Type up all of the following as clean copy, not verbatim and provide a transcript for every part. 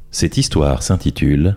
Cette histoire s'intitule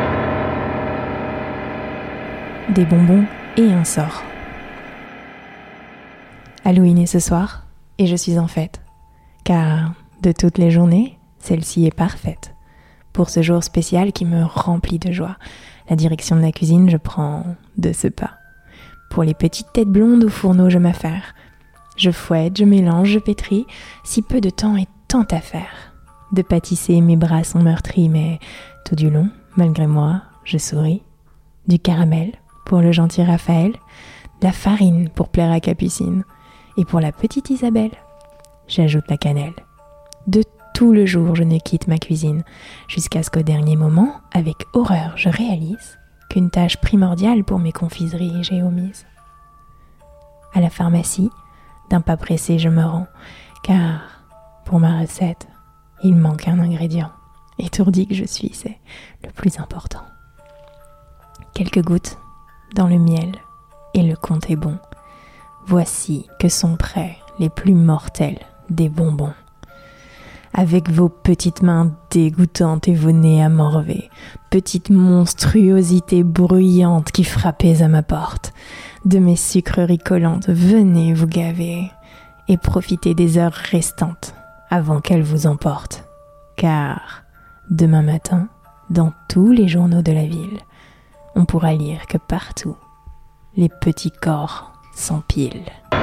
Des bonbons et un sort. Halloween est ce soir et je suis en fête, car de toutes les journées, celle-ci est parfaite. Pour ce jour spécial qui me remplit de joie, la direction de la cuisine, je prends de ce pas. Pour les petites têtes blondes au fourneau, je m'affaire. Je fouette, je mélange, je pétris, si peu de temps et tant à faire. De pâtisser, mes bras sont meurtris, mais tout du long, malgré moi, je souris. Du caramel pour le gentil Raphaël, de la farine pour plaire à Capucine, et pour la petite Isabelle, j'ajoute la cannelle. De tout le jour, je ne quitte ma cuisine, jusqu'à ce qu'au dernier moment, avec horreur, je réalise qu'une tâche primordiale pour mes confiseries j'ai omise. À la pharmacie, d'un pas pressé, je me rends, car pour ma recette, il manque un ingrédient. Étourdi que je suis, c'est le plus important. Quelques gouttes dans le miel, et le compte est bon. Voici que sont prêts les plus mortels des bonbons. Avec vos petites mains dégoûtantes et vos nez à morver, petites monstruosités bruyantes qui frappez à ma porte, de mes sucreries collantes, venez vous gaver et profitez des heures restantes avant qu'elles vous emportent. Car demain matin, dans tous les journaux de la ville, on pourra lire que partout, les petits corps s'empilent.